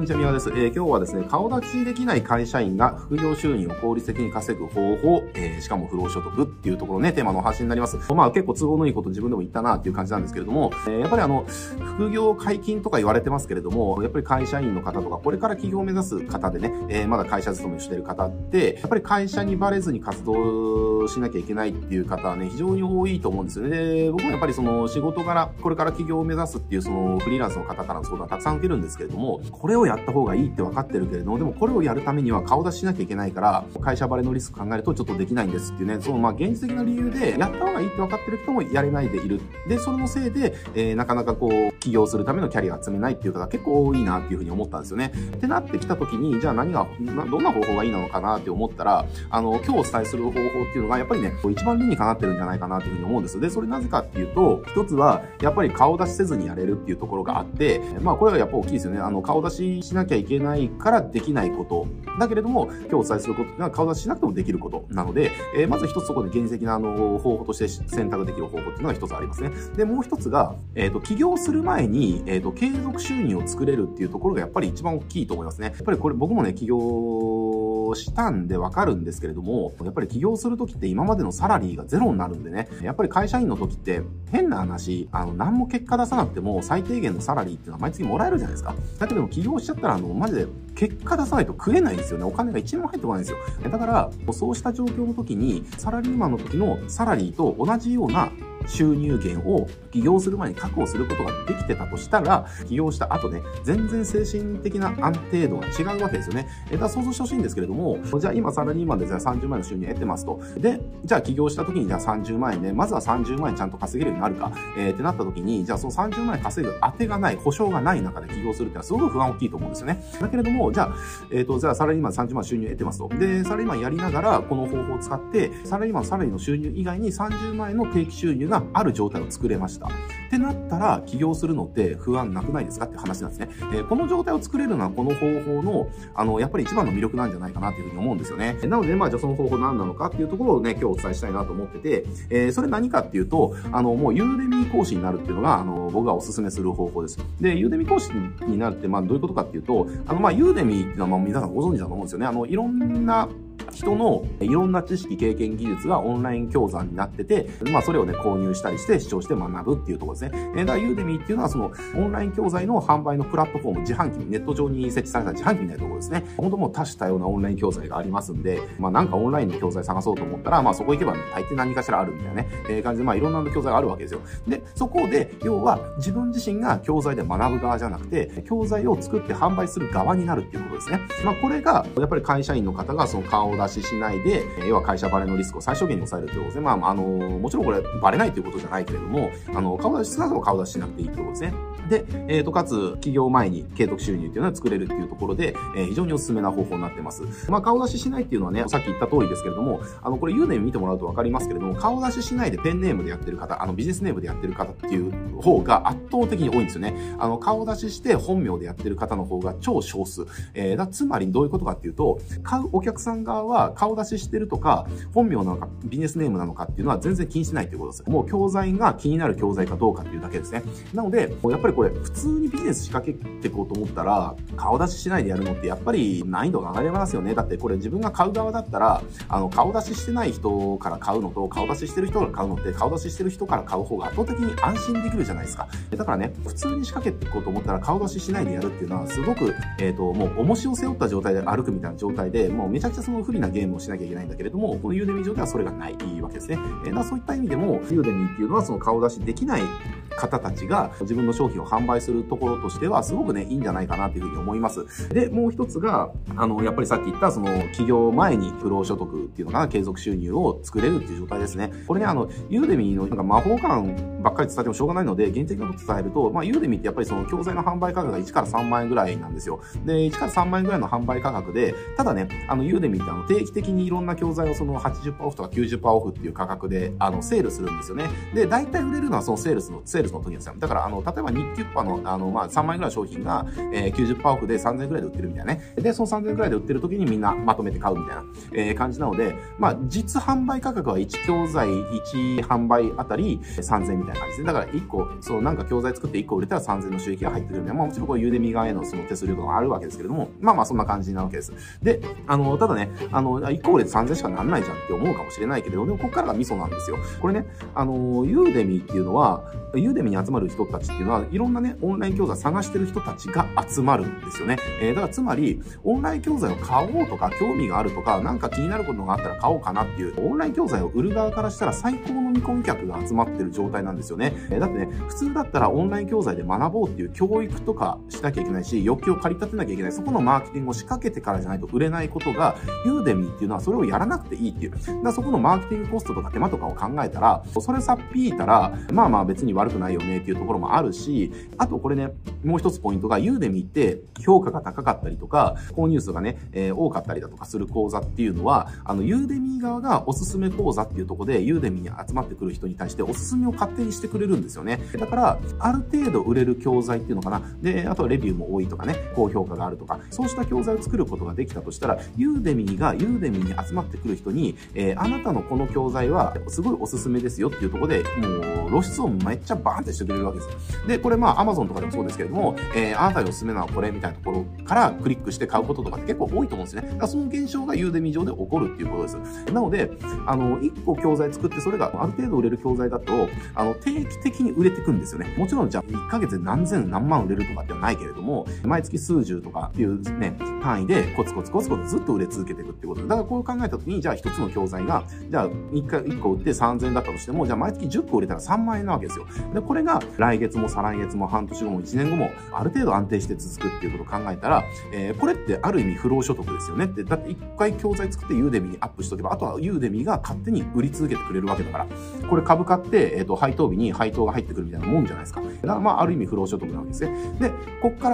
にちは、みわです。今日はですね、顔出しできない会社員が副業収入を効率的に稼ぐ方法、しかも不労所得っていうところね、テーマのお話になります。まあ結構都合のいいこと自分でも言ったなっていう感じなんですけれども、やっぱり副業解禁とか言われてますけれども、やっぱり会社員の方とか、これから起業を目指す方でね、まだ会社勤めしてる方って、やっぱり会社にバレずに活動しなきゃいけないっていう方はね、非常に多いと思うんですよね。で、僕もやっぱりその仕事柄、これから起業を目指すっていうそのフリーランスの方からの相談たくさん受けるんですけれども、これをやった方がいいって分かってるけれども、でもこれをやるためには顔出ししなきゃいけないから、会社バレのリスク考えるとちょっとできないんですっていうね、そのまあ現実的な理由で、やった方がいいって分かってる人もやれないでいる。で、それのせいで、なかなかこう、起業するためのキャリアを集めないっていう方が結構多いなっていうふうに思ったんですよね。ってなってきた時に、じゃあどんな方法がいいのかなって思ったら、今日お伝えする方法っていうのが、やっぱりね、一番理にかなってるんじゃないかなっていうふうに思うんです。で、それなぜかっていうと、一つは、やっぱり顔出しせずにやれるっていうところがあって、まあこれはやっぱ大きいですよね。顔出ししなきゃいけないからできないこと。だけれども、今日お伝えすることっていうのは顔出ししなくてもできることなので、まず一つそこで現実的な方法として選択できる方法っていうのが一つありますね。で、もう一つが、起業する前に、継続収入を作れるっていうところがやっぱり一番大きいと思いますね。やっぱりこれ僕もね、起業したんでわかるんですけれども、やっぱり起業するときって今までのサラリーがゼロになるんでね、やっぱり会社員の時って変な話、何も結果出さなくても最低限のサラリーっていうのは毎月もらえるじゃないですか。だけども起業しちゃったらマジで結果出さないと食えないんですよね。お金が1円も入ってこないんですよ。だから、そうした状況の時に、サラリーマンの時のサラリーと同じような収入源を起業する前に確保することができてたとしたら、起業した後ね、全然精神的な安定度が違うわけですよね。だから想像してほしいんですけれども、じゃあ今サラリーマンでじゃあ30万円の収入得てますと。で、じゃあ起業した時にじゃあ30万円ね、まずは30万円ちゃんと稼げるようになるか、ってなった時に、じゃあその30万円稼ぐ当てがない、保証がない中で起業するってのはすごく不安大きいと思うんですよね。だけれども、じゃあサラリーマン30万収入得てますと。で、サラリーマンやりながらこの方法を使って、サラリーマンのサラリーの収入以外に30万円の定期収入がある状態を作れました。ってなったら、起業するのって不安なくないですかって話なんですね。この状態を作れるのはこの方法の、やっぱり一番の魅力なんじゃないかなっていうふうに思うんですよね。なので、まあ、じゃあその方法何なのかっていうところをね、今日お伝えしたいなと思ってて、それ何かっていうと、もうユーデミー講師になるっていうのが、僕がお勧めする方法です。で、ユーデミー講師になるって、まあ、どういうことかっていうと、まあ、ユーデミーっていうのは、まあ、皆さんご存知だと思うんですよね。いろんな人のいろんな知識、経験、技術がオンライン教材になってて、まあそれをね、購入したりして視聴して学ぶっていうところですね。だからユーデミーっていうのはそのオンライン教材の販売のプラットフォーム、自販機、ネット上に設置された自販機みたいなところですね。本当もう多種多様なオンライン教材がありますんで、まあなんかオンラインの教材探そうと思ったら、まあそこ行けば大抵何かしらあるみたいなね、感じで、まあいろんな教材があるわけですよ。で、そこで、要は自分自身が教材で学ぶ側じゃなくて、教材を作って販売する側になるっていうことですね。まあこれが、やっぱり会社員の方がその顔出ししないで、要は会社バレのリスクを最小限に抑えるということですね。まあ、もちろんこれバレないということじゃないけれども、顔出し、少なくとも顔出ししなくていいということですね。で、かつ、起業前に継続収入っていうのは作れるっていうところで、非常におすすめな方法になってます。まあ、顔出ししないっていうのはね、さっき言った通りですけれども、これユーデミ見てもらうとわかりますけれども、顔出ししないでペンネームでやってる方、ビジネスネームでやってる方っていう方が圧倒的に多いんですよね。顔出しして本名でやってる方の方が超少数。つまりどういうことかっていうと、買うお客さん側は顔出ししてるとか、本名なのか、ビジネスネームなのかっていうのは全然気にしないっていうことです。もう教材が気になる教材かどうかっていうだけですね。なので、やっぱりこれ、普通にビジネス仕掛けていこうと思ったら、顔出ししないでやるのってやっぱり難易度が上がりますよね。だってこれ自分が買う側だったら、顔出ししてない人から買うのと、顔出ししてる人から買うのって、顔出ししてる人から買う方が圧倒的に安心できるじゃないですか。だからね、普通に仕掛けていこうと思ったら、顔出ししないでやるっていうのは、すごく、もう重しを背負った状態で歩くみたいな状態で、もうめちゃくちゃその不利なゲームをしなきゃいけないんだけれども、このユーデミ上ではそれがないわけですね。そういった意味でも、ユーデミっていうのはその顔出しできない方たちが自分の商品を販売するところとしてはすごくね、いいんじゃないかなというふうに思います。で、もう一つが、やっぱりさっき言ったその起業前に不労所得っていうのかな、継続収入を作れるっていう状態ですね。これね、ユーデミのなんか魔法感ばっかり伝えてもしょうがないので、現実的なこと伝えると、まあ、ユーデミってやっぱりその教材の販売価格が1から3万円ぐらいなんですよ。で、1から3万円ぐらいの販売価格で、ただね、ユーデミって定期的にいろんな教材をその 80% オフとか 90% オフっていう価格で、セールするんですよね。で、大体売れるのはそのセールールスの時ですよ。だから、例えば日キュッパの、3万円ぐらいの商品が、90%オフで3000円ぐらいで売ってるみたいなね。で、その3000円ぐらいで売ってる時にみんなまとめて買うみたいな、感じなので、実販売価格は1教材1販売あたり3000円みたいな感じで、だから1個、なんか教材作って1個売れたら3000円の収益が入ってくるんで、もちろんこうユーデミー側へのその手数料とかあるわけですけれども、そんな感じなわけです。で、ただね、1個売れて3000円しかなんないじゃんって思うかもしれないけれど、でもここからがミソなんですよ。これね、ユーデミーっていうのは、ユーデミーに集まる人たちっていうのは、いろんなね、オンライン教材探してる人たちが集まるんですよね。だからつまり、オンライン教材を買おうとか、興味があるとか、なんか気になることがあったら買おうかなっていう、オンライン教材を売る側からしたら最高の見込み客が集まってる状態なんですよね。だってね、普通だったらオンライン教材で学ぼうっていう教育とかしなきゃいけないし、欲求を駆り立てなきゃいけない。そこのマーケティングを仕掛けてからじゃないと売れないことが、ユーデミーっていうのはそれをやらなくていいっていう。だからそこのマーケティングコストとか手間とかを考えたら、それさっぴいたら、別に悪くないよねっていうところもあるし、あとこれね、もう一つポイントが、ユーデミーって評価が高かったりとか、購入数がね、多かったりだとかする講座っていうのは、ユーデミー側がおすすめ講座っていうところで、ユーデミーに集まってくる人に対しておすすめを勝手にしてくれるんですよね。だから、ある程度売れる教材っていうのかな。で、あとはレビューも多いとかね、高評価があるとか、そうした教材を作ることができたとしたら、ユーデミーがユーデミーに集まってくる人に、あなたのこの教材はすごいおすすめですよっていうところで、もう露出をめっちゃバーンってしてくれるわけですよ。で、これAmazon とかでもそうですけれども、あなたにおすすめなのはこれみたいなところからクリックして買うこととかって結構多いと思うんですね。だからその現象がユーデミー上で起こるっていうことです。なので、1個教材作ってそれがある程度売れる教材だと、定期的に売れていくんですよね。もちろんじゃあ1ヶ月で何千何万売れるとかってはないけれども、毎月数十とかっていうね、単位でコツコツずっと売れ続けていくってことです。だからこう考えたときに、じゃあ1つの教材が、じゃあ1個売って3000円だったとしても、じゃあ毎月10個売れたら3万円なわけですよ。で、これが来月も再来月も半年後も1年後もある程度安定して続くっていうことを考えたら、これってある意味不労所得ですよねって。だって1回教材作ってユーデミーにアップしとけば、あとはユーデミーが勝手に売り続けてくれるわけだから、これ株買って、配当日に配当が入ってくるみたいなもんじゃないですか。だからある意味不労所得なわけですね。で、こっから、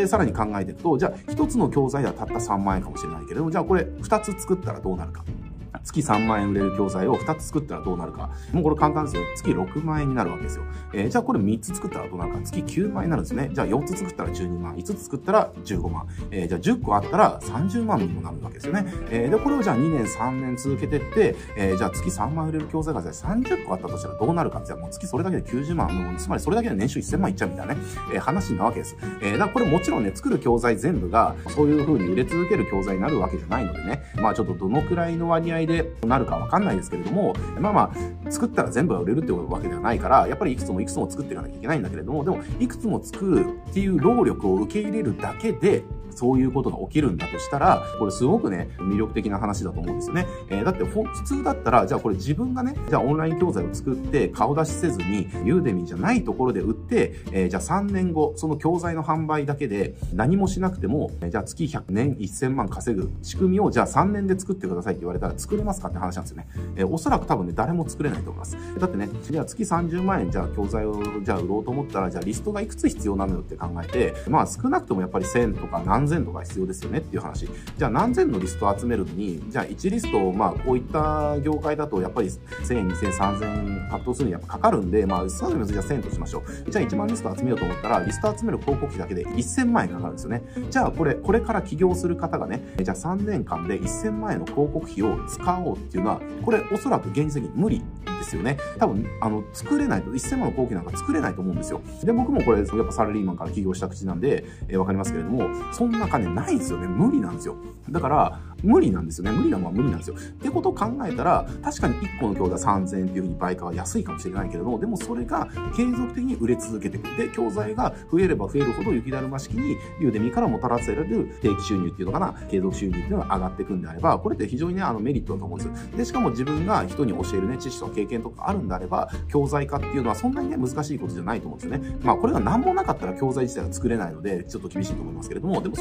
さらに考えていくと、じゃあ1つの教材ではたった3万円かもしれないけれども、じゃあこれ2つ作ったらどうなるか。月3万円売れる教材を2つ作ったらどうなるか。もうこれ簡単ですよ。月6万円になるわけですよ。じゃあこれ3つ作ったらどうなるか。月9万円になるんですね。じゃあ4つ作ったら12万。5つ作ったら15万。じゃあ10個あったら30万にもなるわけですよね。で、これをじゃあ2年3年続けてって、じゃあ月3万円売れる教材が30個あったとしたらどうなるか。じゃあもう月それだけで90万。つまりそれだけで年収1000万いっちゃうみたいなね、話なわけです。だからこれもちろんね、作る教材全部がそういう風に売れ続ける教材になるわけじゃないのでね。ちょっとどのくらいの割合でなるかわかんないですけれども、作ったら全部が売れるってわけではないから、やっぱりいくつも作っていかなきゃいけないんだけれども、でも、いくつも作るっていう労力を受け入れるだけで、そういうことが起きるんだとしたら、これすごくね、魅力的な話だと思うんですよね。だって普通だったら、じゃあこれ自分がね、じゃあオンライン教材を作って顔出しせずに、ユーデミーじゃないところで売って、じゃあ3年後、その教材の販売だけで何もしなくても、じゃあ月100年1000万稼ぐ仕組みをじゃあ3年で作ってくださいって言われたら作れますかって話なんですよね。おそらく多分ね、誰も作れないと思います。だってね、じゃあ月30万円じゃあ教材をじゃあ売ろうと思ったら、じゃあリストがいくつ必要なのよって考えて、少なくともやっぱり1000とか何千とか必要ですよねっていう話。じゃあ何千のリストを集めるのに、じゃあ1リストをこういった業界だとやっぱり1000円、2000円、3000円獲得するにやっぱかかるんで、そういうのじゃあ1000としましょう。じゃあ1万リスト集めようと思ったら、リスト集める広告費だけで1000万円かかるんですよね。じゃあこれから起業する方がね、じゃあ3年間で1000万円の広告費を使おうっていうのは、これおそらく現実的に無理ですよね。多分、作れないと、1000万の広告費なんか作れないと思うんですよ。で、僕もこれ、やっぱサラリーマンから起業した口なんで、わかりますけれども、そんな金ないんですよね。無理なんですよ。だから、無理なんですよね。無理なのは無理なんですよ。ってことを考えたら、確かに1個の教材3000円っていうふうに倍価は安いかもしれないけれども、でもそれが継続的に売れ続けていく。で、教材が増えれば増えるほど雪だるま式にユーデミーからもたらせられる定期収入っていうのかな、継続収入っていうのが上がっていくんであれば、これって非常にね、メリットだと思うんですよ。で、しかも自分が人に教えるね、知識とか経験とかあるんであれば、教材化っていうのはそんなにね、難しいことじゃないと思うんですよね。これが何もなかったら教材自体は作れないので、ちょっと厳しいと思いますけれども、でもそ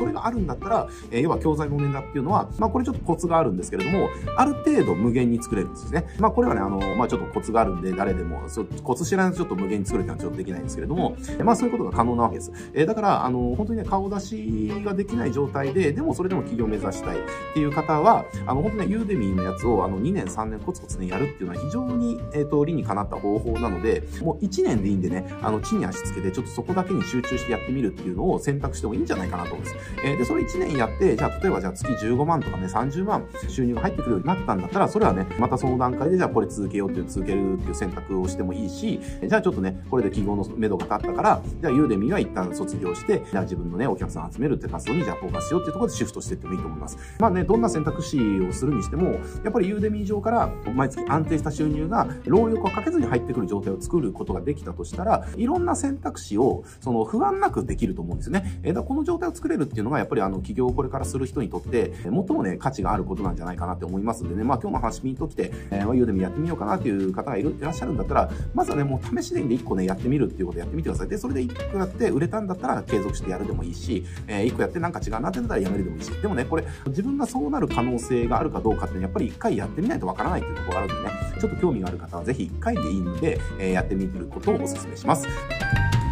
それがあるんだったら、要は教材の年代っていうのは、これちょっとコツがあるんですけれども、ある程度無限に作れるんですね。これはね、ちょっとコツがあるんで、誰でも、コツ知らないとちょっと無限に作るっていうのはちょっとできないんですけれども、そういうことが可能なわけです。だから、本当にね、顔出しができない状態で、でもそれでも企業を目指したいっていう方は、本当にね、ユーデミーのやつを、2年、3年コツコツね、やるっていうのは非常に、理にかなった方法なので、もう1年でいいんでね、地に足つけて、ちょっとそこだけに集中してやってみるっていうのを選択してもいいんじゃないかなと思うんです。で、それ1年やって、じゃあ、例えばじゃあ月15万とかね、30万収入が入ってくるようになったんだったら、それはね、またその段階でじゃあこれ続けようっていう、続けるっていう選択をしてもいいし、じゃあちょっとね、これで企業の目処が立ったから、じゃあユーデミーは一旦卒業して、じゃあ自分のね、お客さんを集めるって活動にじゃあフォーカスしようっていうところでシフトしていってもいいと思います。どんな選択肢をするにしても、やっぱりユーデミー上から毎月安定した収入が労力をかけずに入ってくる状態を作ることができたとしたら、いろんな選択肢を不安なくできると思うんですよね。だからこの状態を作れるっていうのがやっぱり起業をこれからする人にとって最もね価値があることなんじゃないかなって思いますんでね。今日の話見にときて、ユーデミーやってみようかなっていう方がいらっしゃるんだったら、まずはねもう試しでいいんで1個ねやってみるっていうことをやってみてください。でそれで1個やって売れたんだったら継続してやるでもいいし、1個やってなんか違うなってなったらやめるでもいいし、でもねこれ自分がそうなる可能性があるかどうかってやっぱり1回やってみないとわからないっていうところがあるんでね、ちょっと興味がある方はぜひ1回でいいので、やってみることをお勧めします。